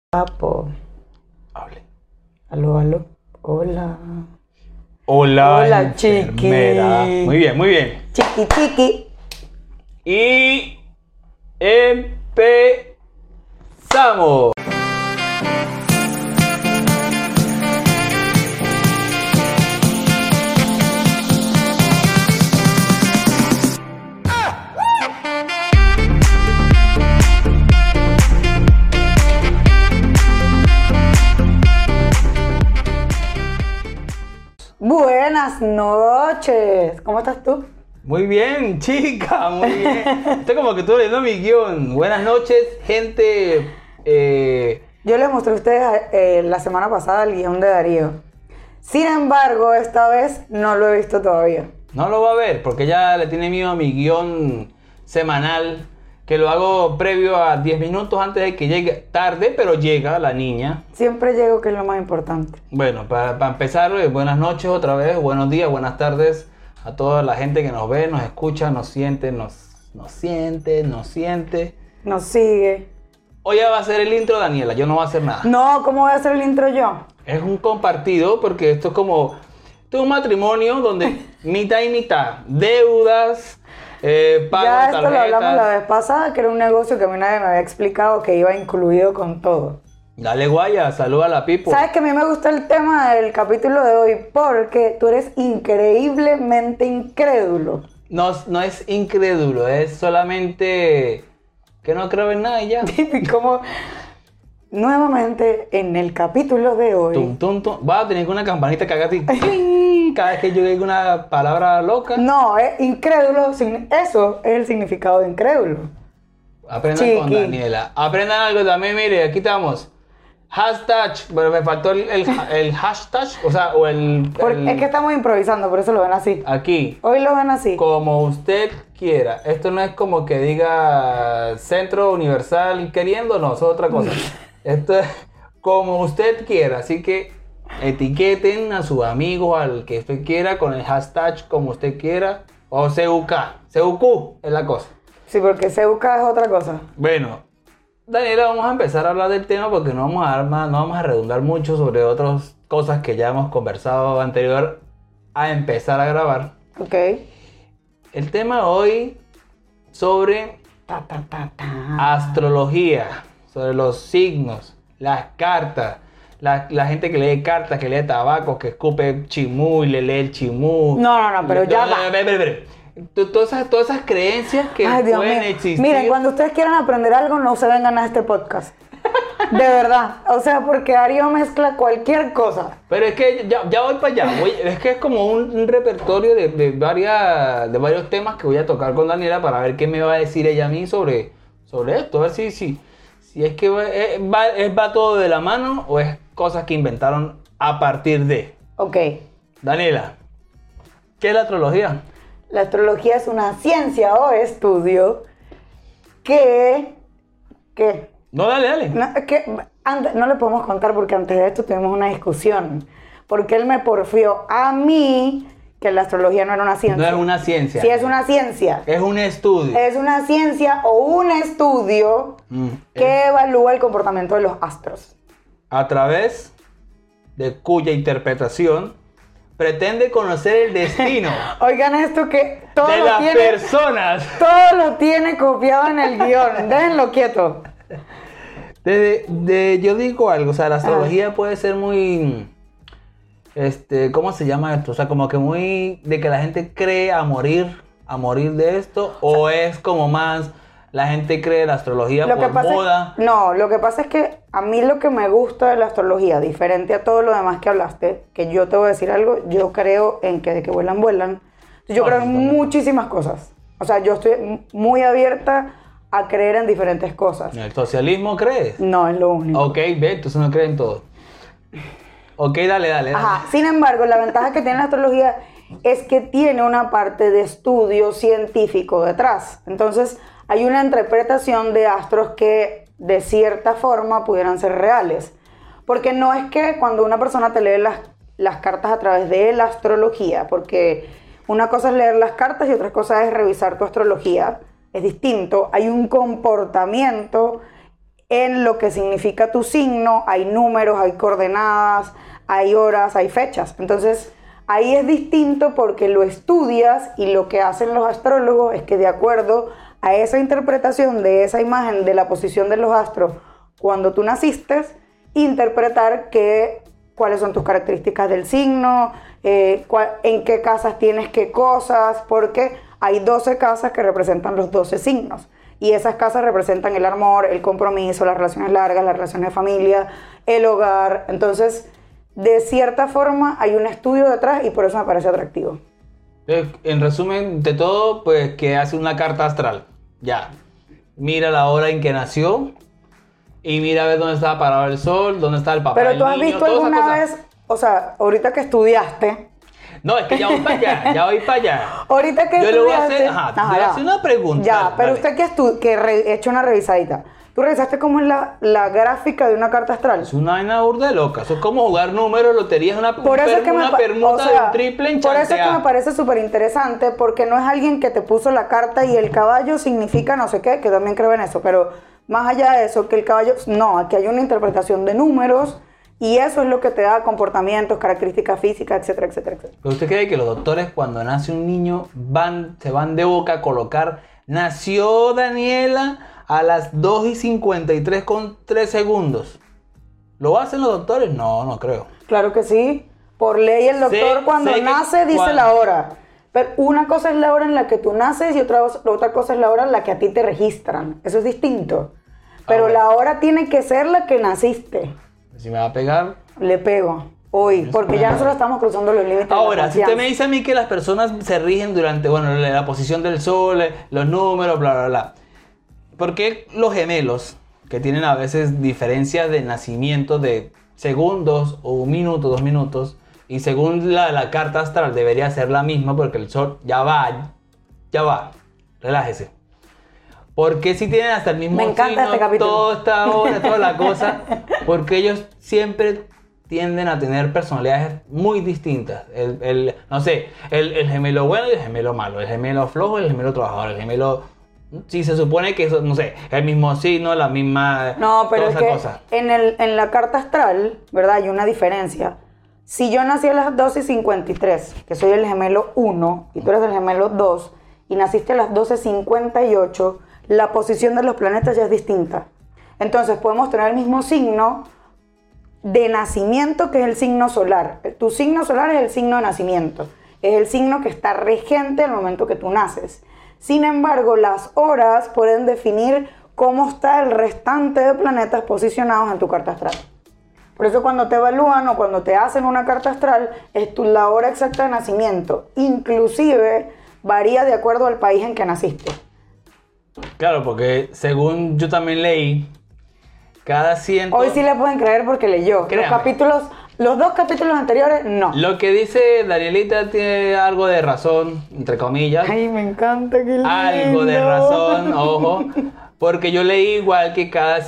Papo. Hable. Aló, aló. Hola. Hola, chiqui. enfermera. Muy bien, muy bien. Chiqui, chiqui. Y empezamos. Buenas noches. ¿Cómo estás tú? Muy bien, chica, muy bien. Estoy como que estoy leyendo mi guión. Buenas noches, gente. Yo les mostré a ustedes la semana pasada el guión de Darío. Sin embargo, esta vez no lo he visto todavía. No lo va a ver porque ya le tiene miedo a mi guión semanal, que lo hago previo a 10 minutos antes de que llegue. Tarde, pero llega la niña. Siempre llego, que es lo más importante. Bueno, para empezar, buenas noches otra vez, buenos días, buenas tardes a toda la gente que nos ve, nos escucha, nos siente, nos siente. Nos sigue. Hoy ya va a ser el intro, Daniela, yo no voy a hacer nada. No, ¿cómo voy a hacer el intro yo? Es un compartido porque esto es como... Esto es un matrimonio donde mitad y mitad. Deudas, pago Ya de esto lo hablamos la tarjetas. vez pasada, que era un negocio que a mí nadie me había explicado que iba incluido con todo. Dale guaya, saluda a la people. ¿Sabes que a mí me gusta el tema del capítulo de hoy? Porque tú eres increíblemente incrédulo. No es incrédulo, es solamente que no creo en nada y ya. Como nuevamente en el capítulo de hoy. Tum, tum, tum. Va a tener una campanita que haga así. Cada vez que yo diga una palabra loca. No, es incrédulo. Eso es el significado de incrédulo. Aprendan con Daniela. Aprendan algo también, mire, aquí estamos. Hashtag, pero me faltó el hashtag, o sea, o Es que estamos improvisando, por eso lo ven así. Aquí. Hoy lo ven así. Como usted quiera. Esto no es como que diga Centro Universal queriendo, no, eso es otra cosa. Esto es como usted quiera. Así que etiqueten a su amigo, al que usted quiera, con el hashtag como usted quiera. O CUK. CUQ es la cosa. Sí, porque se busca es otra cosa. Bueno, Daniela, vamos a empezar a hablar del tema porque no vamos a redundar mucho sobre otras cosas que ya hemos conversado anterior a empezar a grabar. Ok. El tema hoy sobre astrología, sobre los signos, las cartas, la gente que lee cartas, que lee tabaco, que escupe chimú y le lee el chimú. No, pero ya va. Espera. Todas esas creencias que Ay, Dios pueden mío. existir. Miren, cuando ustedes quieran aprender algo, no se vengan a este podcast. De verdad. O sea, porque Darío mezcla cualquier cosa. Pero es que ya voy para allá. Es que es como un repertorio de varios temas que voy a tocar con Daniela para ver qué me va a decir ella a mí sobre esto. A ver si es que va todo de la mano o es cosas que inventaron a partir de. Ok. Daniela, ¿qué es la astrología? La astrología es una ciencia o estudio que No, dale. no le podemos contar porque antes de esto tuvimos una discusión. Porque él me porfió a mí que la astrología no era una ciencia. No es una ciencia. Sí, es una ciencia. Es un estudio. Es una ciencia o un estudio que evalúa el comportamiento de los astros. A través de cuya interpretación pretende conocer el destino Oigan esto que todo de lo las tiene, personas. todo lo tiene copiado en el guión. Déjenlo quieto. Yo digo algo, o sea, la astrología puede ser muy, ¿cómo se llama esto? O sea, como que muy de que la gente cree a morir de esto, o es como más la gente cree la astrología por moda. Lo que pasa es que a mí lo que me gusta de la astrología, diferente a todo lo demás que hablaste, que yo te voy a decir algo, yo creo en que de que vuelan. Yo creo en muchísimas cosas. O sea, yo estoy muy abierta a creer en diferentes cosas. ¿En el socialismo crees? No, es lo único. Ok, ve, entonces no creen en todo. Ok, dale. Ajá. Sin embargo, la ventaja que tiene la astrología es que tiene una parte de estudio científico detrás. Entonces, hay una interpretación de astros que de cierta forma pudieran ser reales. Porque no es que cuando una persona te lee las cartas a través de la astrología, porque una cosa es leer las cartas y otra cosa es revisar tu astrología, es distinto. Hay un comportamiento en lo que significa tu signo, hay números, hay coordenadas, hay horas, hay fechas. Entonces, ahí es distinto porque lo estudias y lo que hacen los astrólogos es que de acuerdo a esa interpretación de esa imagen de la posición de los astros cuando tú naciste, interpretar cuáles son tus características del signo, en qué casas tienes qué cosas, porque hay 12 casas que representan los 12 signos. Y esas casas representan el amor, el compromiso, las relaciones largas, las relaciones de familia, el hogar. Entonces, de cierta forma, hay un estudio detrás y por eso me parece atractivo. En resumen de todo, pues que hace una carta astral. Ya. Mira la hora en que nació y mira a ver dónde estaba parado el sol, dónde está el papá Pero del tú has niño, visto todas esas alguna cosas. vez, o sea, ahorita que estudiaste, No, es que ya voy para allá, ya voy para allá. ahorita que Yo le voy a estudiaste, hacer, le voy a hacer una pregunta. Ya, pero Dale. usted que hecho una revisadita. ¿Tú revisaste cómo es la gráfica de una carta astral? Es una vaina burda de loca. Eso es como jugar números, lotería, es una permuta o sea, de un triple en por eso es que chantea. me parece súper interesante, porque no es alguien que te puso la carta y el caballo significa no sé qué, que también creo en eso, pero más allá de eso, que el caballo, no, aquí hay una interpretación de números y eso es lo que te da comportamientos, características físicas, etcétera, etcétera, etcétera. ¿Pero usted cree que los doctores cuando nace un niño se van de boca a colocar nació Daniela a las 2:53 con 3 segundos? ¿Lo hacen los doctores? No, no creo. Claro que sí, por ley el doctor cuando sé que nace dice cuando- la hora. Pero una cosa es la hora en la que tú naces y otra cosa es la hora en la que a ti te registran. Eso es distinto. Pero bueno. la hora tiene que ser la que naciste. Si me va a pegar. Le pego hoy, porque ya nosotros estamos cruzando los límites de la Ahora, si usted confianza. me dice a mí que las personas se rigen durante, bueno, la posición del sol, los números, bla, bla, bla. ¿Por qué los gemelos, que tienen a veces diferencias de nacimiento de segundos o 1 minuto, 2 minutos, y según la carta astral debería ser la misma porque el sol ya va, relájese? ¿Por qué si tienen hasta el mismo Me encanta signo, este capítulo. toda esta hora, toda la cosa? Porque ellos siempre tienden a tener personalidades muy distintas. No sé, el gemelo bueno y el gemelo malo, el gemelo flojo y el gemelo trabajador, el gemelo... Si se supone que eso, no sé, el mismo signo, la misma... No, pero toda es esa que cosa. en la carta astral, ¿verdad? Hay una diferencia. Si yo nací a las 12:53, que soy el gemelo 1 y tú eres el gemelo 2, y naciste a las 12:58, la posición de los planetas ya es distinta. Entonces podemos tener el mismo signo de nacimiento, que es el signo solar. Tu signo solar es el signo de nacimiento. Es el signo que está regente al momento que tú naces. Sin embargo, las horas pueden definir cómo está el restante de planetas posicionados en tu carta astral. Por eso cuando te evalúan o cuando te hacen una carta astral, es la hora exacta de nacimiento. Inclusive varía de acuerdo al país en que naciste. Claro, porque según yo también leí, cada ciento... Hoy sí le pueden creer porque leyó. Créame. Los 2 capítulos anteriores, no. Lo que dice Danielita tiene algo de razón, entre comillas. Ay, me encanta, qué lindo. Algo de razón, ojo. Porque yo leí igual que cada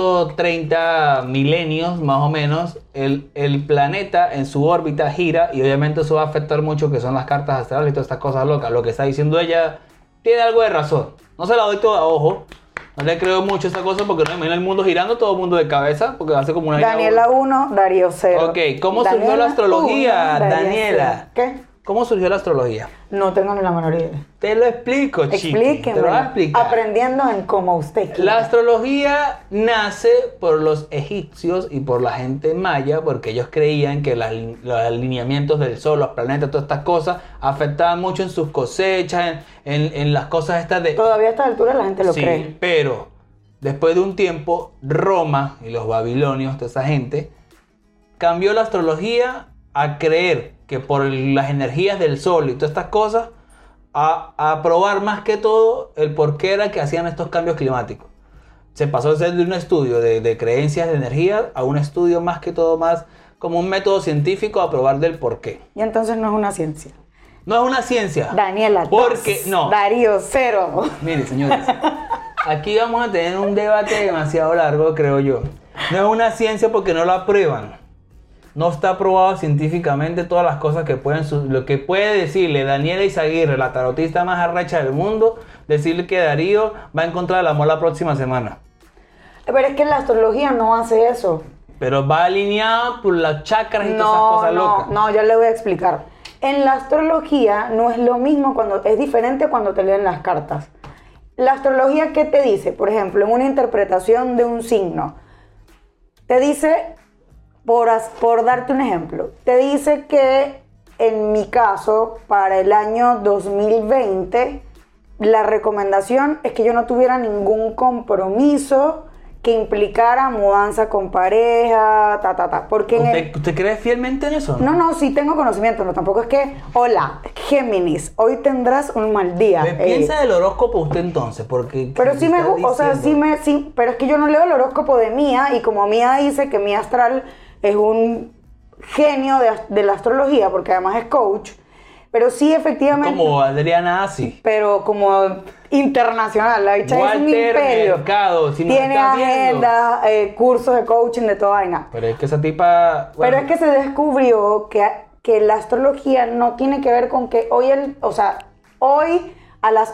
130 milenios, más o menos, el planeta en su órbita gira y obviamente eso va a afectar mucho, que son las cartas astrales y todas estas cosas locas. Lo que está diciendo ella tiene algo de razón. No se la doy toda, ojo. No le creo mucho a esta cosa porque no me imagino el mundo girando, todo el mundo de cabeza, porque hace como una... Daniela 1, Darío 0. Ok, ¿cómo surgió la astrología, 1, Darío Daniela? 0. ¿Qué? ¿Cómo surgió la astrología? No tengo ni la menor idea. Te lo explico, chiqui. Explíqueme. Te lo voy a explicar. Aprendiendo en como usted quiera. La astrología nace por los egipcios y por la gente maya, porque ellos creían que los alineamientos del sol, los planetas, todas estas cosas, afectaban mucho en sus cosechas, en las cosas estas de... Todavía a esta altura la gente lo Sí, cree. pero después de un tiempo, Roma y los babilonios, toda esa gente, cambió la astrología a creer que por las energías del sol y todas estas cosas, a probar más que todo el por qué era que hacían estos cambios climáticos. Se pasó a ser de un estudio de creencias de energía a un estudio más que todo más como un método científico a probar del por qué. Y entonces no es una ciencia. No es una ciencia. Daniela 2. Porque, no. Darío 0. Mire, señores, aquí vamos a tener un debate demasiado largo, creo yo. No es una ciencia porque no la prueban. No está probado científicamente todas las cosas que lo que puede decirle Daniela Izaguirre, la tarotista más arrecha del mundo, decirle que Darío va a encontrar el amor la próxima semana. Pero es que la astrología no hace eso. Pero va alineado por las chakras y todas esas cosas locas. No, ya le voy a explicar. En la astrología no es lo mismo es diferente cuando te leen las cartas. La astrología, ¿qué te dice? Por ejemplo, en una interpretación de un signo, te dice, por darte un ejemplo, te dice que en mi caso, para el año 2020, la recomendación es que yo no tuviera ningún compromiso que implicara mudanza con pareja, Porque ¿Usted cree fielmente en eso? No, sí tengo conocimiento, no, tampoco es que, hola, Géminis, hoy tendrás un mal día. Piensa del horóscopo usted entonces, porque... Pero sí pero es que yo no leo el horóscopo de Mía, y como Mía dice que Mía Astral es un genio de la astrología, porque además es coach, pero sí efectivamente... Como Adriana Asi. Pero como internacional, la bicha es un imperio. Mercado, si tiene agenda, cursos de coaching, de toda vaina. Pero es que esa tipa... Pero es que se descubrió que la astrología no tiene que ver con que hoy a las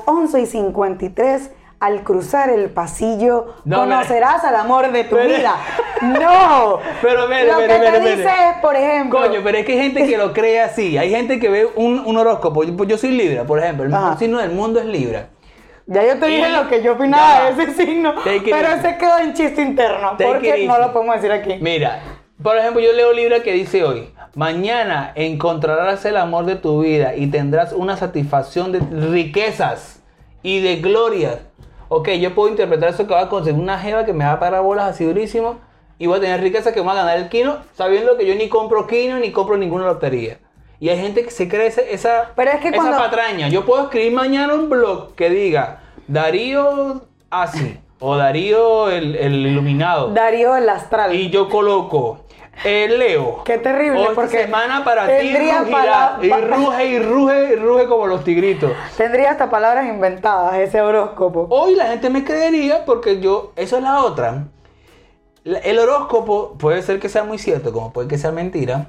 11:53, al cruzar el pasillo, conocerás al amor de tu vida. ¡No! Pero lo que te dice es, por ejemplo... Coño, pero es que hay gente que lo cree así. Hay gente que ve un horóscopo. Yo soy Libra, por ejemplo. El mejor signo del mundo es Libra. Ya yo te dije lo que yo opinaba de ese signo, pero ese quedó en chiste interno, porque no lo podemos decir aquí. Mira, por ejemplo, yo leo Libra que dice hoy: mañana encontrarás el amor de tu vida y tendrás una satisfacción de riquezas y de gloria. Ok, yo puedo interpretar eso que va a conseguir una jeva que me va a parar bolas así durísimo y voy a tener riqueza que me va a ganar el quino, sabiendo que yo ni compro quino ni compro ninguna lotería. Y hay gente que se cree esa patraña. Yo puedo escribir mañana un blog que diga Darío Asi o Darío el Iluminado. Darío el Astral. Y yo coloco Leo. Qué terrible, porque semana para ti rugirá, y ruge como los tigritos. Tendría hasta palabras inventadas ese horóscopo. Hoy la gente me creería porque eso es la otra. El horóscopo puede ser que sea muy cierto, como puede que sea mentira.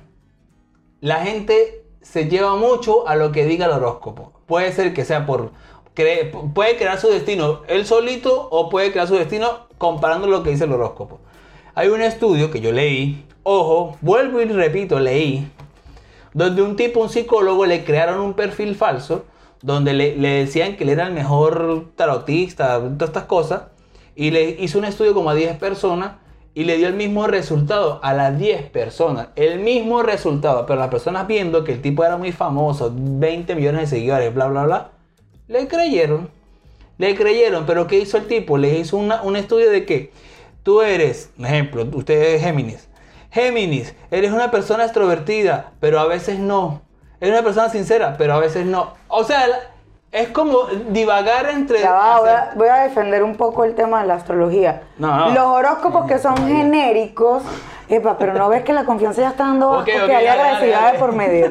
La gente se lleva mucho a lo que diga el horóscopo. Puede ser que sea puede crear su destino él solito, o puede crear su destino comparando lo que dice el horóscopo. Hay un estudio que yo leí, ojo, vuelvo y repito, leí, donde un psicólogo le crearon un perfil falso, donde le decían que él era el mejor tarotista, todas estas cosas, y le hizo un estudio como a 10 personas, y le dio el mismo resultado a las 10 personas. El mismo resultado. Pero las personas, viendo que el tipo era muy famoso, 20 millones de seguidores, bla, bla, bla, le creyeron. Pero ¿qué hizo el tipo? Le hizo un estudio de que tú eres, por ejemplo, usted es Géminis. Géminis, eres una persona extrovertida, pero a veces no. Eres una persona sincera, pero a veces no. O sea, es como divagar entre... voy a defender un poco el tema de la astrología. No. Los horóscopos que son genéricos... pero no ves que la confianza ya está dando bajo, porque hay agresividad de por medio.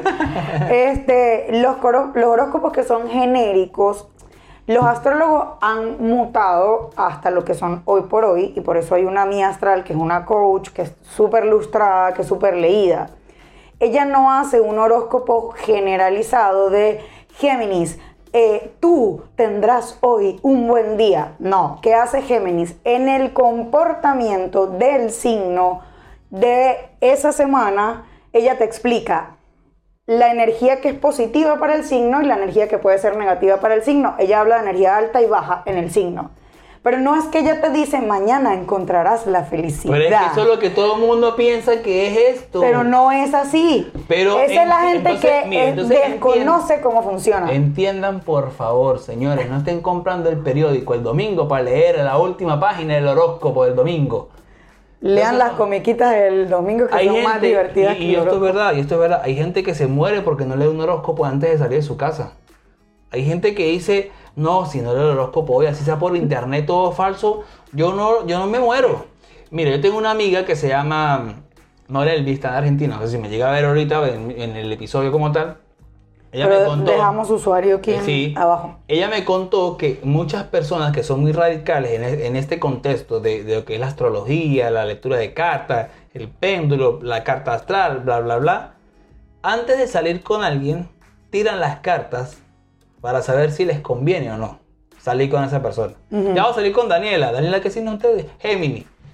Los horóscopos que son genéricos, los astrólogos han mutado hasta lo que son hoy por hoy, y por eso hay una Mía Astral, que es una coach, que es súper lustrada, que es súper leída. Ella no hace un horóscopo generalizado de Géminis. Tú tendrás hoy un buen día. No, ¿qué hace Géminis? En el comportamiento del signo de esa semana, ella te explica la energía que es positiva para el signo y la energía que puede ser negativa para el signo. Ella habla de energía alta y baja en el signo. Pero no es que ella te dice, mañana encontrarás la felicidad. Pero es que eso es lo que todo el mundo piensa que es esto. Pero no es así. Esa es la gente que desconoce cómo funciona. Entiendan, por favor, señores, no estén comprando el periódico el domingo para leer la última página del horóscopo del domingo. Lean las comiquitas del domingo, que son más divertidas. Y esto es verdad. Hay gente que se muere porque no lee un horóscopo antes de salir de su casa. Hay gente que dice, no, si no leo el horóscopo hoy, así sea por internet todo falso, yo no me muero. Mira, yo tengo una amiga que se llama Norelvi, está en Argentina, no sé si me llega a ver ahorita en el episodio como tal. Ella me contó, dejamos usuario aquí abajo. Ella me contó que muchas personas que son muy radicales en este contexto de lo que es la astrología, la lectura de cartas, el péndulo, la carta astral, bla, bla, bla, antes de salir con alguien, tiran las cartas para saber si les conviene o no salir con esa persona. Ya voy a salir con Daniela. Daniela, ¿qué signo ustedes? Géminis.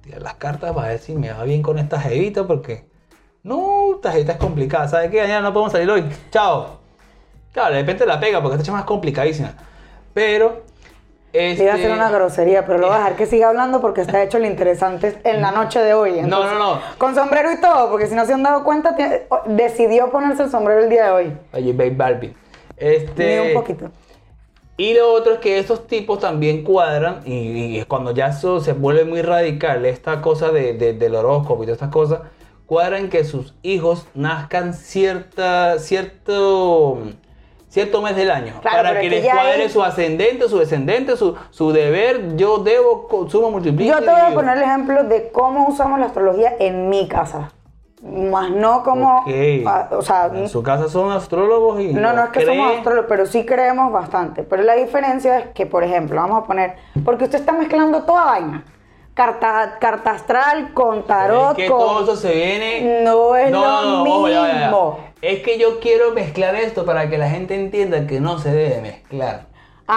tirar las cartas para ver si me va bien con esta jevita, porque no, esta jevita es complicada, ¿sabes qué? Mañana no podemos salir hoy, chao. Claro, de repente la pega porque esta chama es complicadísima, pero... Iba a hacer una grosería, pero lo voy a dejar que siga hablando porque está hecho lo interesante en la noche de hoy. Entonces, no. Con sombrero y todo, porque si no se han dado cuenta, decidió ponerse el sombrero el día de hoy. Oye, Babe Barbie. Ni un poquito. Y lo otro es que estos tipos también cuadran, y cuando ya eso se vuelve muy radical, esta cosa del horóscopo y todas estas cosas, cuadran que sus hijos nazcan cierto mes del año, claro, para que les cuadre su ascendente, su descendente, su deber, yo debo, consumo, multiplico. Yo te voy a poner el ejemplo de cómo usamos la astrología en mi casa. Más no como... Okay. O sea... En su casa son astrólogos y... No es que somos astrólogos, pero sí creemos bastante. Pero la diferencia es que, por ejemplo, vamos a poner... Porque usted está mezclando toda vaina. Carta astral con tarot, es que todo eso se viene... No es lo mismo. Ojo, ya. Es que yo quiero mezclar esto para que la gente entienda que no se debe mezclar.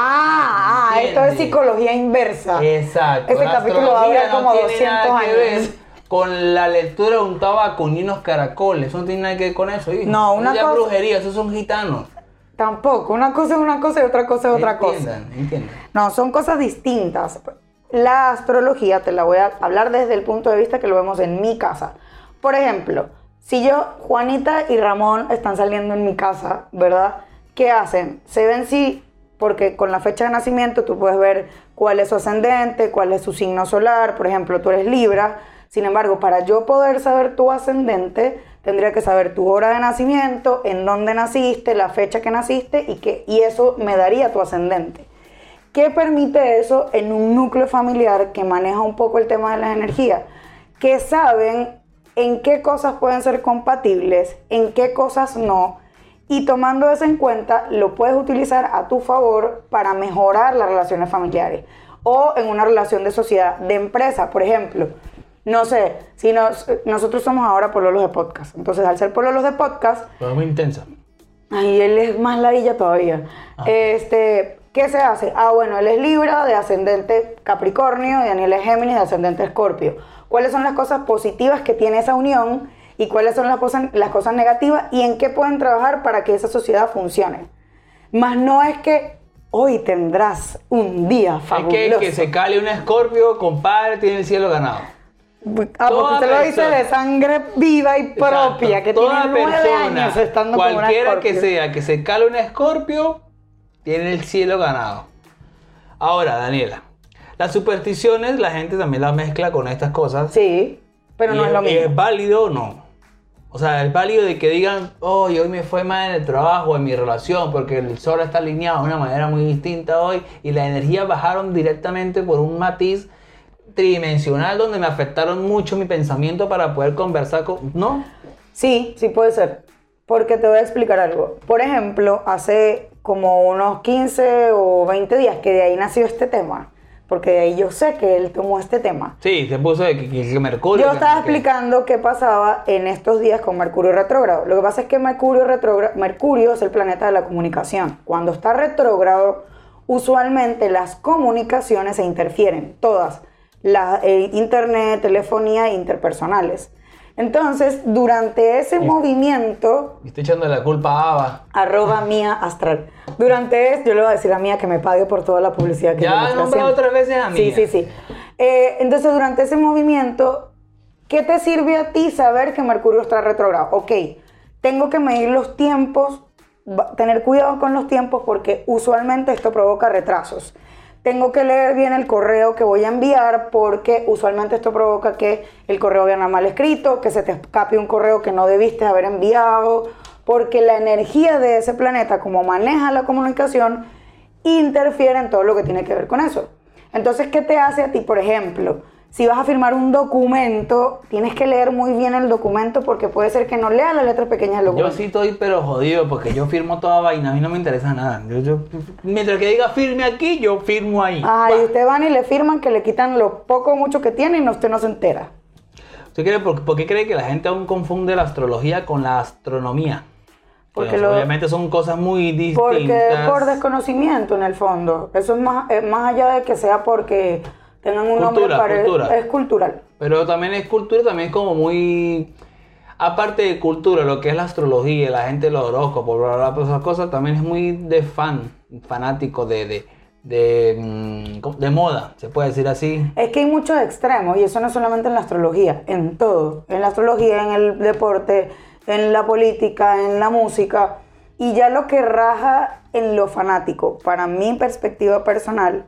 Esto es psicología inversa. Exacto. Este capítulo va a durar como 200 años. Con la lectura de un tabaco ni unos caracoles, eso no tiene nada que ver con eso, hijo. No, una cosa... brujería, esos son gitanos. Tampoco, una cosa es una cosa y otra cosa es otra cosa. Entiendan. No, son cosas distintas. La astrología te la voy a hablar desde el punto de vista que lo vemos en mi casa. Por ejemplo, si Juanita y Ramón están saliendo en mi casa, ¿verdad? ¿Qué hacen? Se ven porque con la fecha de nacimiento tú puedes ver cuál es su ascendente, cuál es su signo solar. Por ejemplo, tú eres Libra. Sin embargo, para yo poder saber tu ascendente, tendría que saber tu hora de nacimiento, en dónde naciste, la fecha que naciste y eso me daría tu ascendente. ¿Qué permite eso en un núcleo familiar que maneja un poco el tema de las energías? Que saben en qué cosas pueden ser compatibles, en qué cosas no, y tomando eso en cuenta, lo puedes utilizar a tu favor para mejorar las relaciones familiares o en una relación de sociedad, de empresa, por ejemplo. No sé, si nosotros somos ahora pololos de podcast. Entonces, al ser pololos de podcast... Pero es muy intensa. Ay, él es más ladilla todavía. ¿Qué se hace? Bueno, él es Libra, de ascendente Capricornio, y Daniel es Géminis, de ascendente Escorpio. ¿Cuáles son las cosas positivas que tiene esa unión? ¿Y cuáles son las cosas negativas? ¿Y en qué pueden trabajar para que esa sociedad funcione? Más no es que... Hoy tendrás un día fabuloso. Es que se cale un Escorpio, compadre, tiene el cielo ganado. Porque usted lo dice de sangre viva y propia. Exacto. Que toda tiene 9 persona, años estando con una cualquiera que sea, que se cale un Escorpio, tiene el cielo ganado. Ahora, Daniela, las supersticiones la gente también las mezcla con estas cosas. Sí, pero no es lo mismo. ¿Es válido o no? O sea, es válido de que digan, hoy me fue mal en el trabajo, en mi relación, porque el sol está alineado de una manera muy distinta hoy y las energías bajaron directamente por un matiz tridimensional donde me afectaron mucho mi pensamiento para poder conversar con... ¿No? Sí puede ser. Porque te voy a explicar algo. Por ejemplo, hace como unos 15 o 20 días que de ahí nació este tema. Porque de ahí yo sé que él tomó este tema. Sí, se puso de que Mercurio... Yo estaba explicando qué pasaba en estos días con Mercurio retrógrado. Lo que pasa es que Mercurio es el planeta de la comunicación. Cuando está retrógrado, usualmente las comunicaciones se interfieren, todas. Internet, telefonía e interpersonales. Entonces, durante ese movimiento... Me estoy echando la culpa a Ava. @Mía Astral. Yo le voy a decir a Mía que me pague por toda la publicidad que ya he nombrado 3 veces a Mía. Sí. Entonces, durante ese movimiento, ¿qué te sirve a ti saber que Mercurio está retrógrado? Ok, tengo que medir los tiempos, tener cuidado con los tiempos porque usualmente esto provoca retrasos. Tengo que leer bien el correo que voy a enviar porque usualmente esto provoca que el correo viene mal escrito, que se te escape un correo que no debiste haber enviado, porque la energía de ese planeta, como maneja la comunicación, interfiere en todo lo que tiene que ver con eso. Entonces, ¿qué te hace a ti, por ejemplo? Si vas a firmar un documento, tienes que leer muy bien el documento porque puede ser que no leas las letras pequeñas del documento. Yo sí estoy pero jodido porque yo firmo toda vaina, a mí no me interesa nada. Mientras que diga firme aquí, yo firmo ahí. Y usted van y le firman que le quitan lo poco o mucho que tiene y usted no se entera. ¿Por qué cree que la gente aún confunde la astrología con la astronomía? Porque obviamente son cosas muy distintas. Porque por desconocimiento en el fondo. Eso es más allá de que sea porque... tengan un nombre cultura. Es cultural. Pero también es cultura, también es como muy... Aparte de cultura, lo que es la astrología, la gente de los horóscopos, bla, bla, bla, esas cosas, también es muy de fanático de moda, se puede decir así. Es que hay muchos extremos y eso no es solamente en la astrología, en todo. En la astrología, en el deporte, en la política, en la música. Y ya lo que raja en lo fanático, para mi perspectiva personal,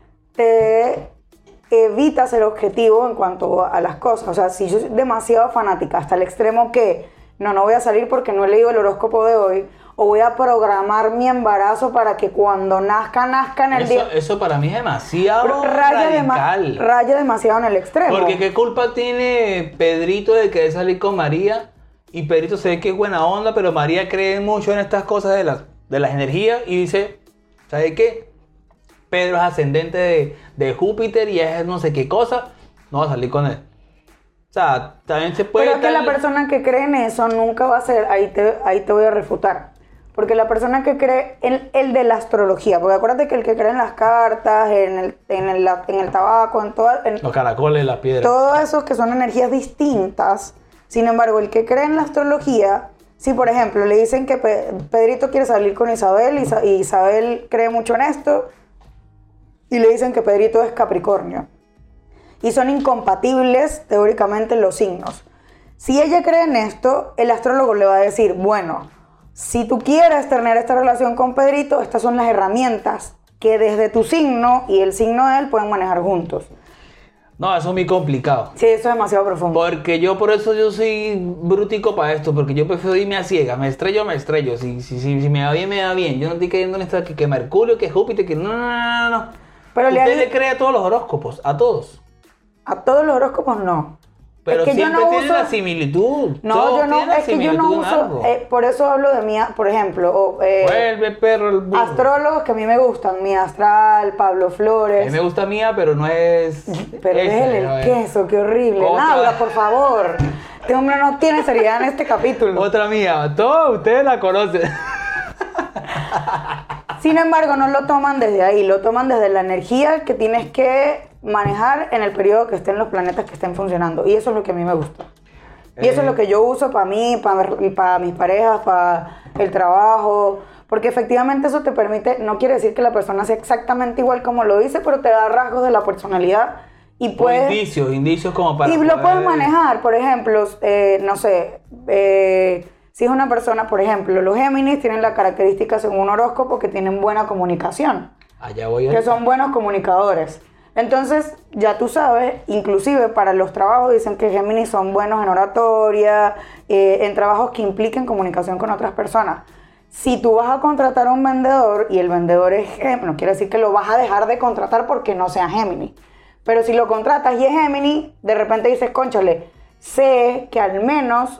te evita ser objetivo en cuanto a las cosas. O sea, si yo soy demasiado fanática hasta el extremo que no voy a salir porque no he leído el horóscopo de hoy, o voy a programar mi embarazo para que cuando nazca en el día... Eso para mí es demasiado radical. Raya demasiado en el extremo. Porque qué culpa tiene Pedrito de querer salir con María, y Pedrito se ve que es buena onda, pero María cree mucho en estas cosas de las energías y dice, ¿sabe qué? Pedro es ascendente de Júpiter y es no sé qué cosa, no va a salir con él. O sea, también se puede... Pero es que la persona que cree en eso nunca va a ser, ahí te voy a refutar. Porque la persona que cree en el de la astrología, porque acuérdate que el que cree en las cartas, en el tabaco, los caracoles, las piedras. Todos esos que son energías distintas. Sin embargo, el que cree en la astrología, si por ejemplo le dicen que Pedrito quiere salir con Isabel y Isabel cree mucho en esto, y le dicen que Pedrito es Capricornio. Y son incompatibles teóricamente los signos. Si ella cree en esto, el astrólogo le va a decir, bueno, si tú quieres tener esta relación con Pedrito, estas son las herramientas que desde tu signo y el signo de él pueden manejar juntos. No, eso es muy complicado. Sí, eso es demasiado profundo. Porque por eso yo soy brutico para esto, porque yo prefiero irme a ciegas, me estrello. Si me va bien, me va bien. Yo no estoy creyendo en esto que Mercurio, que Júpiter, que no. Pero usted le cree a todos los horóscopos, a todos. A todos los horóscopos no. Pero es que siempre yo no tiene uso... la similitud. No, todos yo no, tienen la es que yo no uso, por eso hablo de mí, por ejemplo, vuelve perro el burro. Astrólogos que a mí me gustan, Mía Astral, Pablo Flores. A mí me gusta Mía, pero no es... Pero déjele el queso, qué horrible. Laura, por favor. Este hombre no tiene seriedad en este capítulo. Otra Mía, todos ustedes la conocen. Sin embargo, no lo toman desde ahí, lo toman desde la energía que tienes que manejar en el periodo que estén los planetas que estén funcionando. Y eso es lo que a mí me gusta. Y eso es lo que yo uso para mí, para mis parejas, para el trabajo. Porque efectivamente eso te permite, no quiere decir que la persona sea exactamente igual como lo dice, pero te da rasgos de la personalidad. Y puedes, indicios como para... Y lo puedes manejar, por ejemplo, no sé... si es una persona, por ejemplo, los Géminis tienen la característica según un horóscopo que tienen buena comunicación. Allá voy. Que son buenos comunicadores. Entonces, ya tú sabes, inclusive para los trabajos dicen que Géminis son buenos en oratoria, en trabajos que impliquen comunicación con otras personas. Si tú vas a contratar a un vendedor y el vendedor es Géminis, no quiere decir que lo vas a dejar de contratar porque no sea Géminis. Pero si lo contratas y es Géminis, de repente dices, cónchale, sé que al menos...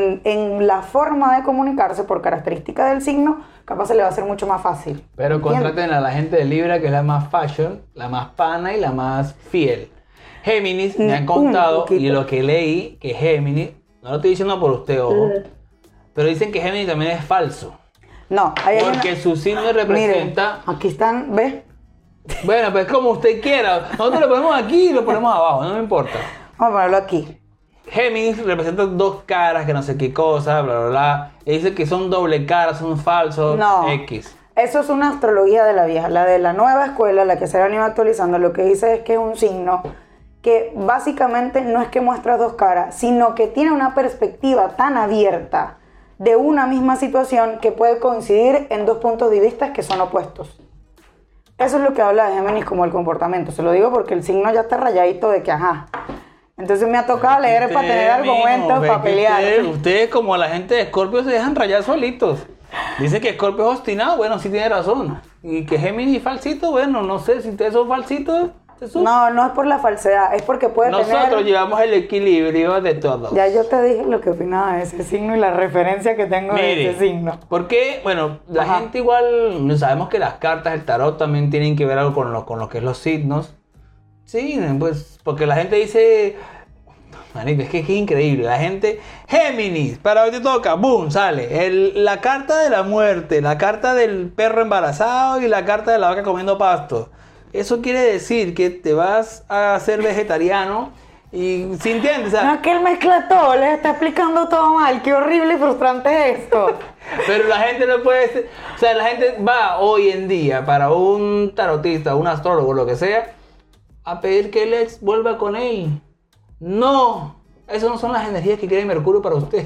En la forma de comunicarse por características del signo, capaz se le va a hacer mucho más fácil. Pero contraten a la gente de Libra, que es la más fashion, la más pana y la más fiel. Géminis, me han contado, y lo que leí, que Géminis, no lo estoy diciendo por usted, ojo, pero dicen que Géminis también es falso. No, porque su signo representa... Miren, aquí están, ¿ves? Bueno, pues como usted quiera. Nosotros lo ponemos aquí y lo ponemos abajo, no me importa. Vamos a ponerlo aquí. Géminis representa dos caras, que no sé qué cosa, bla, bla, bla. Y dice que son doble caras, son falsos, no, X. Eso es una astrología de la vieja. La de la nueva escuela, la que se han ido actualizando, lo que dice es que es un signo que básicamente no es que muestra dos caras, sino que tiene una perspectiva tan abierta de una misma situación que puede coincidir en dos puntos de vista que son opuestos. Eso es lo que habla de Géminis como el comportamiento. Se lo digo porque el signo ya está rayadito de que ajá. Entonces me ha tocado leer para tener argumentos para pelear. Ustedes como la gente de Escorpio se dejan rayar solitos. Dice que Escorpio es obstinado, bueno, sí tiene razón. Y que Géminis es falsito, bueno, no sé si ustedes son falsitos. No, no es por la falsedad, es porque puede tener... Nosotros llevamos el equilibrio de todo. Ya yo te dije lo que opinaba de ese signo y la referencia que tengo de ese signo. Porque, bueno, la gente igual, sabemos que las cartas, el tarot también tienen que ver algo con lo que es los signos. Sí, pues, porque la gente dice, marico, es que es increíble, la gente, Géminis, para hoy te toca, boom, sale, la carta de la muerte, la carta del perro embarazado y la carta de la vaca comiendo pasto. Eso quiere decir que te vas a ser vegetariano Y si entiendes, No es que él mezcla todo, les está explicando todo mal. Qué horrible y frustrante es esto. pero la gente no puede ser, o sea, la gente va hoy en día para un tarotista, un astrólogo, lo que sea, a pedir que el ex vuelva con él. No, esas no son las energías que quiere Mercurio para usted.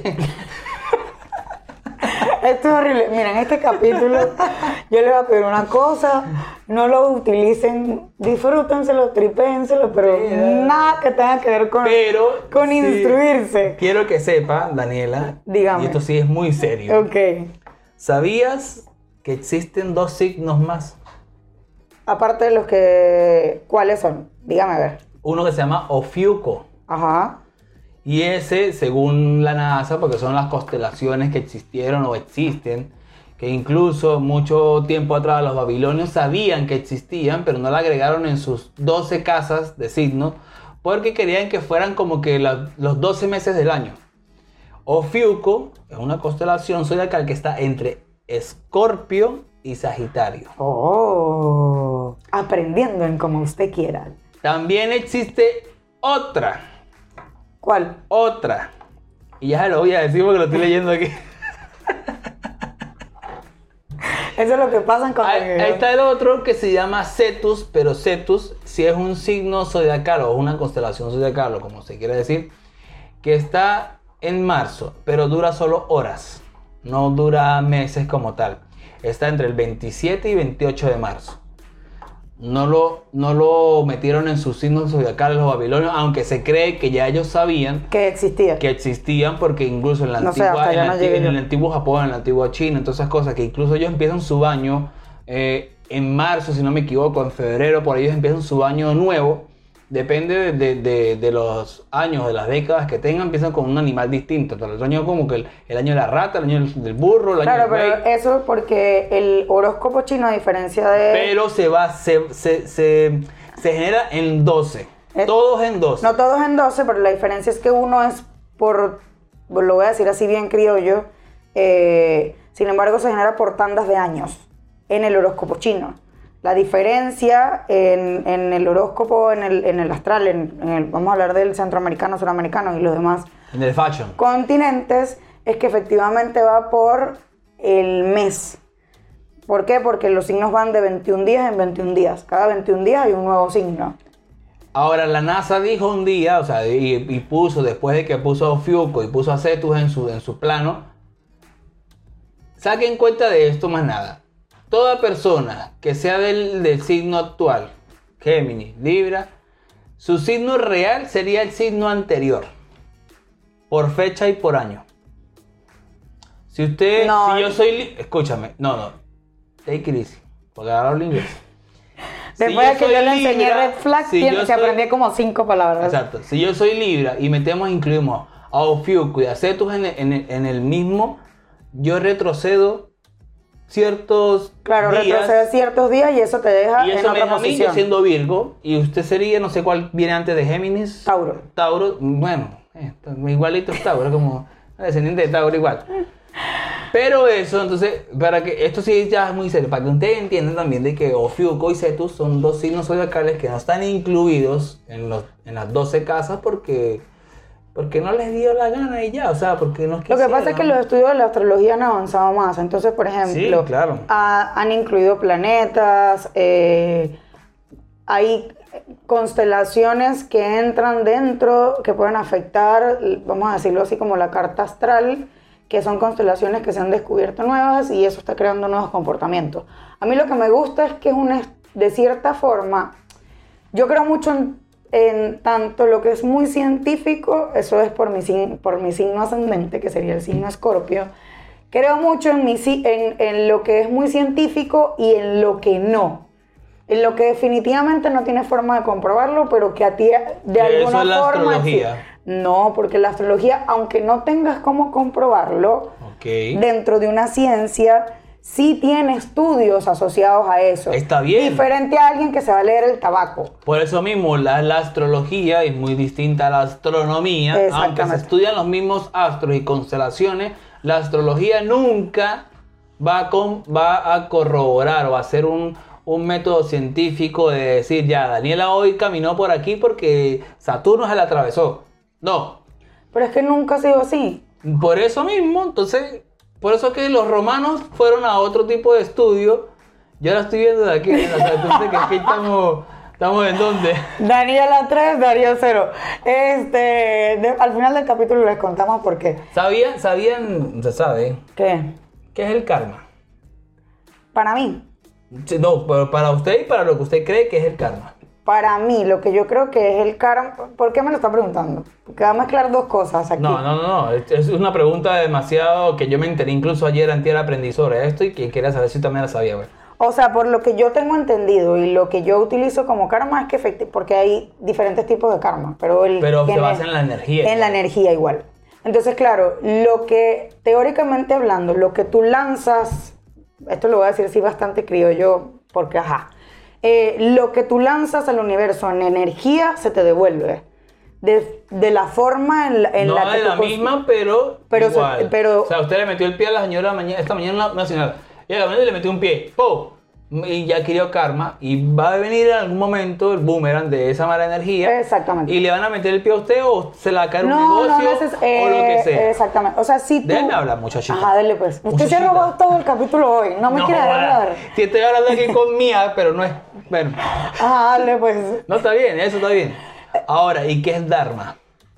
Esto es horrible. Mira, en este capítulo yo les voy a pedir una cosa. No lo utilicen, disfrútenselo, tripénselo, pero nada que tenga que ver con sí, instruirse. Quiero que sepa, Daniela, Dígame. y esto sí es muy serio. Ok. ¿Sabías que existen 2 signos más? Aparte de los que... ¿Cuáles son? Dígame a ver. Uno que se llama Ofiuco. Ajá. Y ese, según la NASA, porque son las constelaciones que existieron o existen, que incluso mucho tiempo atrás los babilonios sabían que existían, pero no la agregaron en sus 12 casas de signos, porque querían que fueran como que los 12 meses del año. Ofiuco es una constelación zodiacal que está entre Escorpio y Sagitario. Oh, aprendiendo en como usted quiera. También existe otra. ¿Cuál? Otra. Y ya se lo voy a decir porque lo estoy leyendo aquí. Eso es lo que pasa con... Ahí está el otro que se llama Cetus, pero Cetus si es un signo zodiacal o una constelación zodiacal, o como se quiere decir, que está en marzo, pero dura solo horas, no dura meses como tal. Está entre el 27 y 28 de marzo. No lo metieron en sus signos zodiacales los babilonios, aunque se cree que ya ellos sabían que existían, porque incluso en la en el antiguo Japón, en la antigua China, en todas esas cosas, que incluso ellos empiezan su año en marzo, si no me equivoco, en febrero, por ahí ellos empiezan su año nuevo. Depende de los años, de las décadas que tengan, empiezan con un animal distinto. Entonces, el año como que el año de la rata, el año del burro, el año del buey. Pero eso es porque el horóscopo chino, a diferencia de... Pero se genera en 12. Todos en 12. No todos en 12, pero la diferencia es que uno es lo voy a decir así bien criollo, sin embargo se genera por tandas de años en el horóscopo chino. La diferencia en el horóscopo, en el astral, vamos a hablar del centroamericano, suramericano y los demás en el fashion continentes, es que efectivamente va por el mes. ¿Por qué? Porque los signos van de 21 días en 21 días. Cada 21 días hay un nuevo signo. Ahora, la NASA dijo un día, o sea, y puso, después de que puso a Ofiuco y puso a Cetus en su plano, saquen cuenta de esto más nada. Toda persona que sea del signo actual, Géminis, Libra, su signo real sería el signo anterior, por fecha y por año. Si yo soy... Escúchame, take it easy, porque ahora hablo inglés. Después de que yo le enseñé Red Flag, se aprendí como 5 palabras. Exacto, si yo soy Libra y incluimos a Ofiuco y a Cetus en el mismo, yo retrocedo ciertos días. Retrocede ciertos días y eso te deja y eso en otra me posición. Yo siendo Virgo, y usted sería, no sé cuál viene antes de Géminis. Tauro, bueno, igualito es Tauro, como descendiente de Tauro igual. Pero eso, entonces, para que esto sí ya es muy serio, para que ustedes entiendan también de que Ofiuco y Cetus son 2 signos zodiacales que no están incluidos en las 12 casas porque no les dio la gana y ya, o sea, porque no quisieron. Lo que pasa es que los estudios de la astrología han avanzado más. Entonces, por ejemplo, sí, claro, han incluido planetas, hay constelaciones que entran dentro, que pueden afectar, vamos a decirlo así, como la carta astral, que son constelaciones que se han descubierto nuevas y eso está creando nuevos comportamientos. A mí lo que me gusta es que de cierta forma, yo creo mucho en tanto lo que es muy científico, eso es por mi signo ascendente, que sería el signo Escorpio. Creo mucho en lo que es muy científico y en lo que no. En lo que definitivamente no tiene forma de comprobarlo, pero que a ti de alguna forma... ¿Eso es la astrología? No, porque la astrología, aunque no tengas cómo comprobarlo, dentro de una ciencia, sí tiene estudios asociados a eso. Está bien. Diferente a alguien que se va a leer el tabaco. Por eso mismo, la astrología es muy distinta a la astronomía. Aunque se estudian los mismos astros y constelaciones, la astrología nunca va a corroborar o a hacer un método científico de decir, ya, Daniela hoy caminó por aquí porque Saturno se la atravesó. No. Pero es que nunca ha sido así. Por eso mismo, entonces, por eso que los romanos fueron a otro tipo de estudio. Yo la estoy viendo de aquí, o sea, entonces que aquí estamos en dónde. Daniela 3, Darío 0. Al final del capítulo les contamos por qué. ¿Se sabe ¿Qué? qué es el karma? Para mí. No, pero para usted y para lo que usted cree que es el karma. Para mí, lo que yo creo que es el karma... ¿Por qué me lo está preguntando? Porque va a mezclar dos cosas aquí. No. Es una pregunta demasiado que yo me enteré incluso ayer, antier aprendí sobre esto y que quería saber si también la sabía, güey. O sea, por lo que yo tengo entendido y lo que yo utilizo como karma es que porque hay diferentes tipos de karma, pero se basa en la energía. En la energía igual. Entonces, claro, lo que teóricamente hablando, lo que tú lanzas, esto lo voy a decir así bastante criollo, porque lo que tú lanzas al universo en energía se te devuelve. De la forma en la que no de la misma, pero igual. Pero, o sea, usted le metió el pie a la señora esta mañana una señora. Y a la mañana le metió un pie. ¡Pum! Y ya adquirió karma. Y va a venir en algún momento el boomerang de esa mala energía. Exactamente. Y le van a meter el pie a usted o se la va a caer un negocio o lo que sea. Exactamente. O sea, si tú... Déjeme hablar, muchachita. Ajá, dale pues. Usted Muchachita. se ha robado todo el capítulo hoy. No me quiere dejar hablar. Si estoy hablando aquí con Mía, pero no es... Bueno. Ajá, dale pues. No, está bien, eso está bien. Ahora, ¿y qué es Dharma?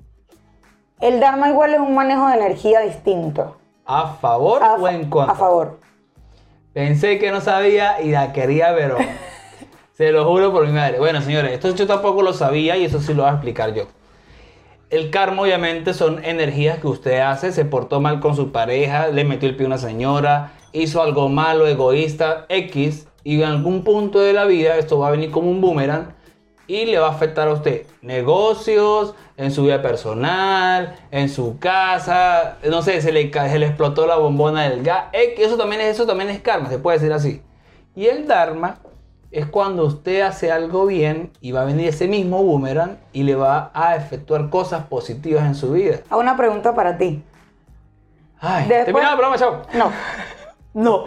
El Dharma igual es un manejo de energía distinto. ¿A favor o en contra? A favor. Pensé que no sabía y la quería, pero se lo juro por mi madre. Bueno, señores, esto yo tampoco lo sabía y eso sí lo voy a explicar yo. El karma, obviamente, son energías que usted hace. Se portó mal con su pareja, le metió el pie a una señora, hizo algo malo, egoísta, X. Y en algún punto de la vida esto va a venir como un boomerang y le va a afectar a usted. Negocios, en su vida personal, en su casa, no sé, se le explotó la bombona del gas. Eso también es karma, se puede decir así. Y el dharma es cuando usted hace algo bien y va a venir ese mismo boomerang y le va a efectuar cosas positivas en su vida. Hago una pregunta para ti. Ay, termina el programa, chao. No.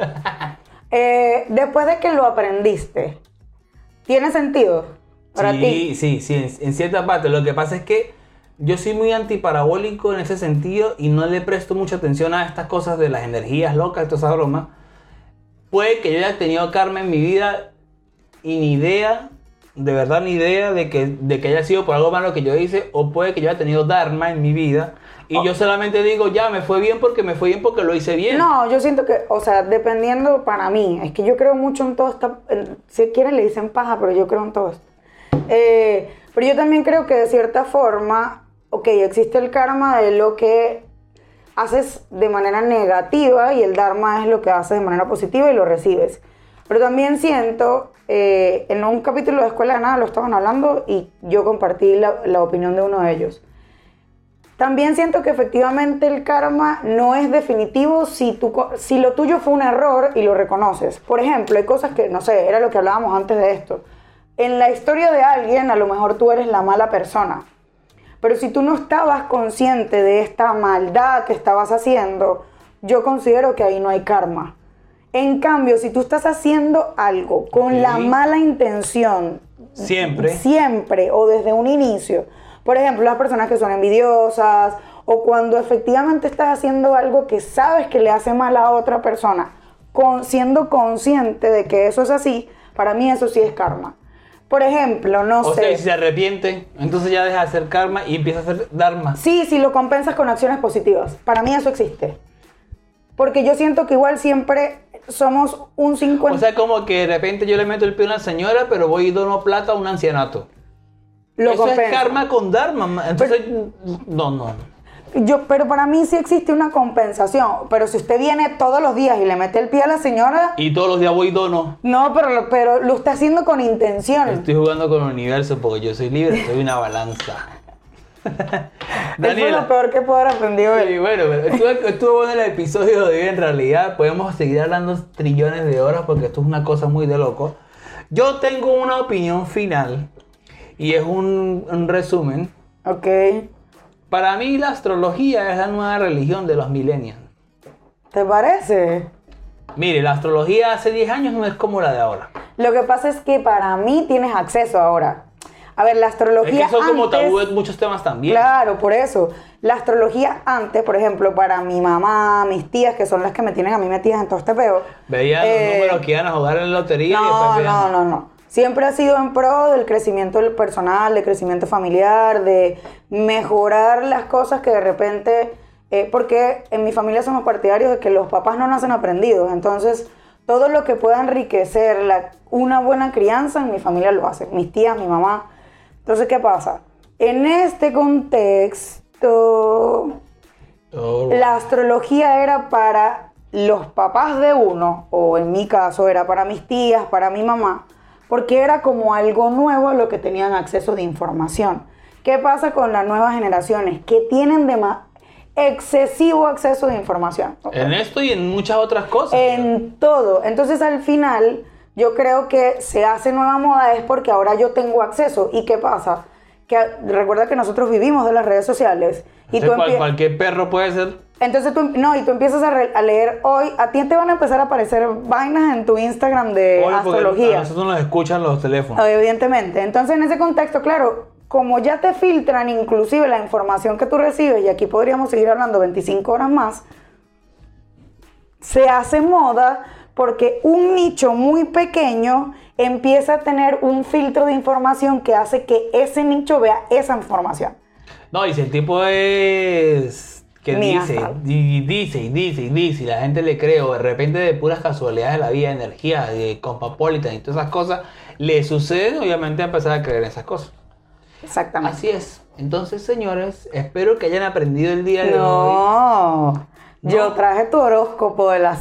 Después de que lo aprendiste, ¿tiene sentido para ti? Sí, en cierta parte. Lo que pasa es que yo soy muy antiparabólico en ese sentido y no le presto mucha atención a estas cosas de las energías locas, toda esa broma. Puede que yo haya tenido karma en mi vida y ni idea, de verdad ni idea de que haya sido por algo malo que yo hice, o puede que yo haya tenido dharma en mi vida y yo solamente digo, ya, me fue bien porque lo hice bien. No, yo siento que, o sea, dependiendo para mí, es que yo creo mucho en todo esto, si quieren le dicen paja, pero yo creo en todo esto. Pero yo también creo que de cierta forma, existe el karma de lo que haces de manera negativa y el dharma es lo que haces de manera positiva y lo recibes. Pero también siento, en un capítulo de Escuela de Nada lo estaban hablando y yo compartí la opinión de uno de ellos. También siento que efectivamente el karma no es definitivo si lo tuyo fue un error y lo reconoces. Por ejemplo, hay cosas que, no sé, era lo que hablábamos antes de esto. En la historia de alguien, a lo mejor tú eres la mala persona. Pero si tú no estabas consciente de esta maldad que estabas haciendo, yo considero que ahí no hay karma. En cambio, si tú estás haciendo algo con la mala intención, siempre o desde un inicio, por ejemplo, las personas que son envidiosas o cuando efectivamente estás haciendo algo que sabes que le hace mal a otra persona, siendo consciente de que eso es así, para mí eso sí es karma. Por ejemplo, no sé. O sea, si se arrepiente, entonces ya deja de hacer karma y empieza a hacer dharma. Sí, si lo compensas con acciones positivas. Para mí eso existe. Porque yo siento que igual siempre somos un 50... O sea, como que de repente yo le meto el pie a una señora, pero voy y dono plata a un ancianato. Eso es karma con dharma. Entonces, no. Pero para mí sí existe una compensación. Pero si usted viene todos los días y le mete el pie a la señora... Y todos los días voy y dono. No, pero lo está haciendo con intención. Estoy jugando con el universo porque yo soy libre, soy una balanza. Eso es lo peor que puedo haber aprendido. Sí, bueno, estuvo bueno el episodio de hoy. En realidad podemos seguir hablando trillones de horas porque esto es una cosa muy de loco. Yo tengo una opinión final y es un resumen. Ok. Para mí la astrología es la nueva religión de los millennials. ¿Te parece? Mire, la astrología hace 10 años no es como la de ahora. Lo que pasa es que para mí tienes acceso ahora. A ver, la astrología Es que son como antes- tabú en muchos temas también. Claro, por eso. La astrología antes, por ejemplo, para mi mamá, mis tías, que son las que me tienen a mí metidas en todo este peo. Veían los números que iban a jugar en la lotería y después No, veían... no. Siempre ha sido en pro del crecimiento del personal, del crecimiento familiar, de mejorar las cosas que de repente... porque en mi familia somos partidarios de que los papás no nacen aprendidos. Entonces, todo lo que pueda enriquecer una buena crianza, en mi familia lo hacen. Mis tías, mi mamá. Entonces, ¿qué pasa? En este contexto... La astrología era para los papás de uno, o en mi caso era para mis tías, para mi mamá, porque era como algo nuevo a lo que tenían acceso de información. ¿Qué pasa con las nuevas generaciones? Que tienen excesivo acceso de información. ¿Okay? En esto y en muchas otras cosas. En todo. Entonces al final yo creo que se hace nueva moda es porque ahora yo tengo acceso. ¿Y qué pasa? Que recuerda que nosotros vivimos de las redes sociales. Y tú cualquier perro puede ser. Entonces tú empiezas a leer hoy, a ti te van a empezar a aparecer vainas en tu Instagram de astrología. A nosotros nos escuchan los teléfonos. Evidentemente. Entonces en ese contexto, claro, como ya te filtran inclusive la información que tú recibes, y aquí podríamos seguir hablando 25 horas más, se hace moda porque un nicho muy pequeño empieza a tener un filtro de información que hace que ese nicho vea esa información. No, y si el tipo es... que dice, astral. y la gente le cree, o de repente de puras casualidades de la vida, energía, de Cosmopolitan y todas esas cosas, le suceden, obviamente, a empezar a creer en esas cosas. Exactamente. Así es. Entonces, señores, espero que hayan aprendido el día de hoy. No, yo traje tu horóscopo de la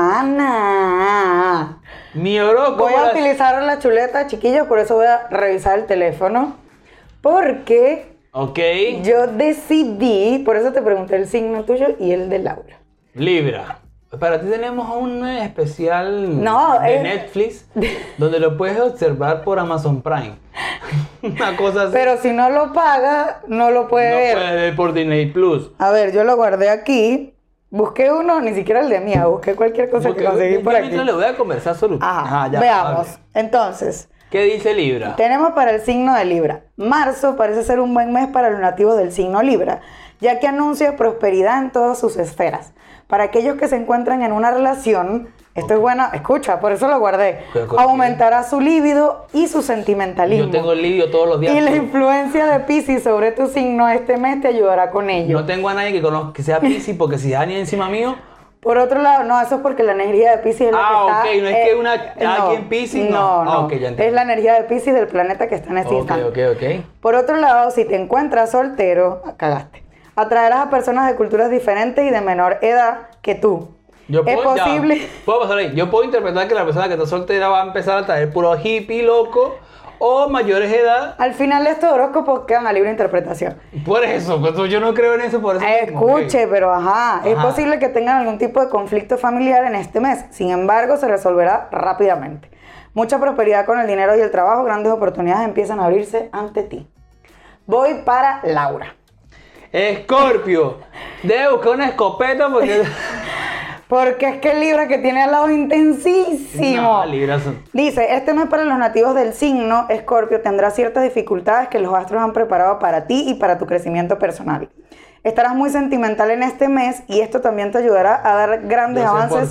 semana. Mi horóscopo. Voy a utilizar la chuleta, chiquillos, por eso voy a revisar el teléfono. Porque Ok. yo decidí, por eso te pregunté el signo tuyo y el de Laura. Libra. Para ti tenemos un especial No, de Netflix donde lo puedes observar por Amazon Prime. Una cosa así. Pero si no lo paga, no lo puede ver. No puedes ver por Disney Plus. A ver, yo lo guardé aquí. Busqué uno, ni siquiera el de mía, busqué cualquier cosa que conseguí por aquí. Yo le voy a conversar solo. Ajá, ya, veamos. vale. Entonces, ¿Qué dice Libra? tenemos para el signo de Libra. Marzo parece ser un buen mes para los nativos del signo Libra, ya que anuncia prosperidad en todas sus esferas. Para aquellos que se encuentran en una relación, esto es bueno, escucha, por eso lo guardé, aumentará su líbido y su sentimentalismo. Yo tengo lidio todos los días. Y la influencia de Piscis sobre tu signo este mes te ayudará con ello. No tengo a nadie que conozca que sea Piscis, porque si Dani encima mío... Por otro lado, no, eso es porque la energía de Piscis es la que está... ok, no es que alguien Piscis, no. No, Ok, ya entiendo. es la energía de Piscis del planeta que está en este instante. Ok. Por otro lado, si te encuentras soltero, cagaste. Atraerás a personas de culturas diferentes y de menor edad que tú. Es posible... Puedo pasar ahí. Yo puedo interpretar que la persona que está soltera va a empezar a traer puro hippie, loco, o mayores de edad. Al final de estos horóscopos quedan a libre interpretación. Por eso, pues yo no creo en eso, por eso mismo, Escuche, pero es posible que tengan algún tipo de conflicto familiar en este mes. Sin embargo, se resolverá rápidamente. Mucha prosperidad con el dinero y el trabajo, grandes oportunidades empiezan a abrirse ante ti. Voy para Laura. Escorpio, debe buscar una escopeta porque... Porque es que el Libra que tiene al lado intensísimo. No, Libra son... Dice, este mes para los nativos del signo Escorpio tendrá ciertas dificultades que los astros han preparado para ti y para tu crecimiento personal. Estarás muy sentimental en este mes y esto también te ayudará a dar grandes avances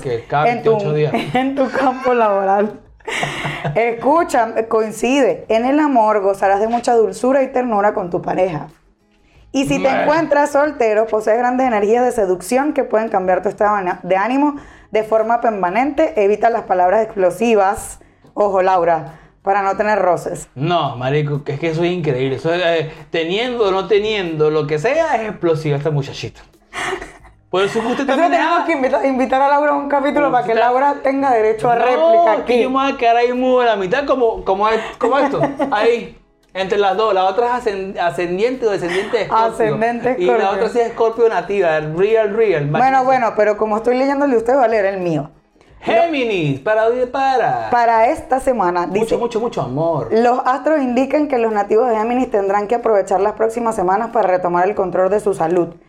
en tu campo laboral. Escucha, coincide. En el amor gozarás de mucha dulzura y ternura con tu pareja. Y si te encuentras soltero, posees grandes energías de seducción que pueden cambiar tu estado de ánimo de forma permanente. Evita las palabras explosivas. Ojo, Laura, para no tener roces. No, marico, es que eso es increíble. Eso es, teniendo o no teniendo, lo que sea, es explosiva esta muchachita. Por eso usted también... tenemos que invitar a Laura a un capítulo para que Laura tenga derecho a réplica aquí. Yo me voy a quedar ahí muy a la mitad como esto. Ahí. Entre las dos, la otra es ascendiente o descendiente de Escorpio. Ascendente Escorpio. Y la otra sí es Escorpio nativa, real. Bueno, pero como estoy leyéndole, usted va a leer el mío. Géminis, para esta semana, dice, mucho amor. Los astros indican que los nativos de Géminis tendrán que aprovechar las próximas semanas para retomar el control de su salud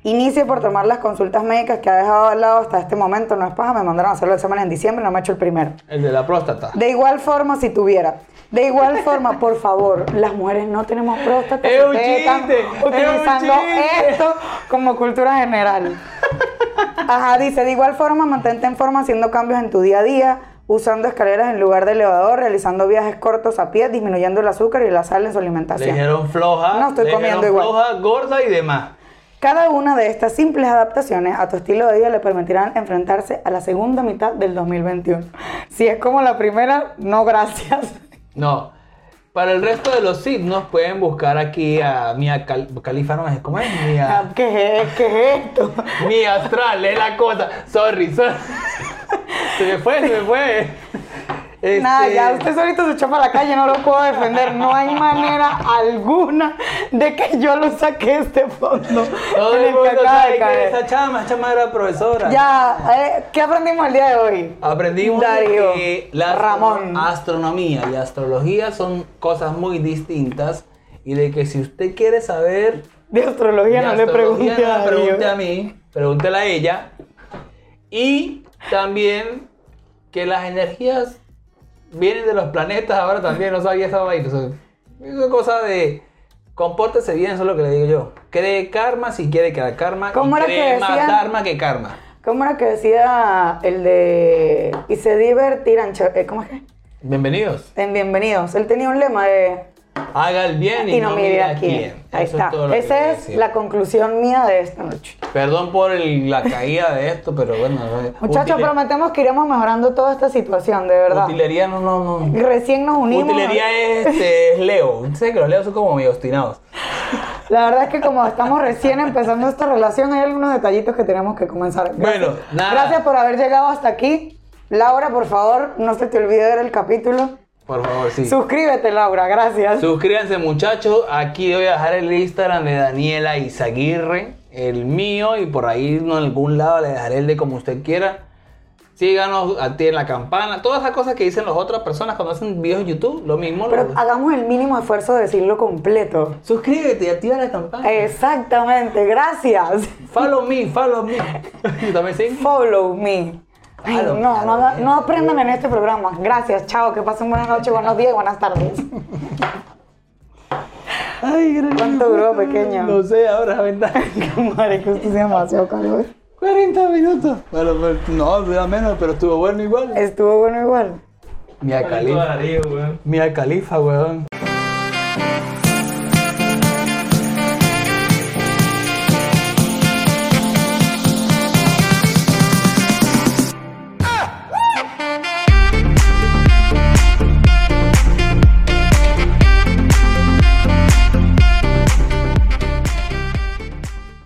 Inicie por tomar las consultas médicas que ha dejado al lado hasta este momento. No es paja, me mandaron a hacer los exámenes en diciembre, no me he hecho el primero. El de la próstata. De igual forma, si tuviera. De igual forma, por favor, las mujeres no tenemos próstata. Es un ustedes están chiste, utilizando es un chiste. esto como cultura general. Ajá, dice, de igual forma, mantente en forma haciendo cambios en tu día a día, usando escaleras en lugar de elevador, realizando viajes cortos a pie, disminuyendo el azúcar y la sal en su Le alimentación. dijeron floja. No estoy le comiendo dijeron igual. floja, gorda y demás. Cada una de estas simples adaptaciones a tu estilo de vida le permitirán enfrentarse a la segunda mitad del 2021. Si es como la primera, no gracias. No. Para el resto de los signos pueden buscar aquí a Mia Khalifa, no es ¿cómo es? Mia, ¿Qué es esto? Mia Astral, es la cosa. Sorry. Se me fue. Nada, ya usted solito se echó para la calle, no lo puedo defender. No hay manera alguna de que yo lo saque de este fondo. Todo en el el mundo que acaba sabe de que caer. esa chama era profesora. Ya, ¿qué aprendimos el día de hoy? Aprendimos Darío, que la Ramón. astronomía y astrología son cosas muy distintas y de que si usted quiere saber De astrología de no le astrología, pregunte no a me pregunte Darío. a mí, pregúntela a ella. Y también que las energías vienen de los planetas, ahora también no sabía esa vaina. Es una cosa de compórtese bien, eso es lo que le digo yo. Cree karma si quiere crear karma. ¿Cómo y era cree que más decían? dharma que karma. ¿Cómo era que decía el de... Y se divertirán... ¿Cómo es que? Bienvenidos. En Bienvenidos. Él tenía un lema de... Haga el bien y, no mire a quién. Ahí Eso está. es todo lo que Esa quería es decir. la conclusión mía de esta noche. Perdón por la caída de esto, pero bueno. Muchachos, prometemos que iremos mejorando toda esta situación, de verdad. Utilería no. Recién nos unimos. Utilería es Leo. Sé que los Leos son como medio obstinados. La verdad es que como estamos recién empezando esta relación, hay algunos detallitos que tenemos que comenzar. Bueno, nada. Gracias por haber llegado hasta aquí. Laura, por favor, no se te olvide ver el capítulo. Por favor, sí. Suscríbete, Laura, gracias. Suscríbanse, muchachos. Aquí voy a dejar el Instagram de Daniela Izaguirre, el mío, y por ahí en algún lado le dejaré el de como usted quiera. Síganos, activen la campana, todas esas cosas que dicen las otras personas cuando hacen videos en YouTube, lo mismo. Pero hagamos el mínimo esfuerzo de decirlo completo. Suscríbete y activa la campana. Exactamente, gracias. Follow me. Yo también sí. Follow me. Ay, Claro, no, claro. no aprendan en este programa. Gracias, chao, que pasen buenas noches, buenos días y buenas tardes. Ay, gracias. ¿Cuánto duró, pequeño? No sé, ahora ventaja. Marico, esto es demasiado calor. 40 minutos. Bueno, pues, no, dura menos, pero estuvo bueno igual. Estuvo bueno igual. Mia Khalifa, weón.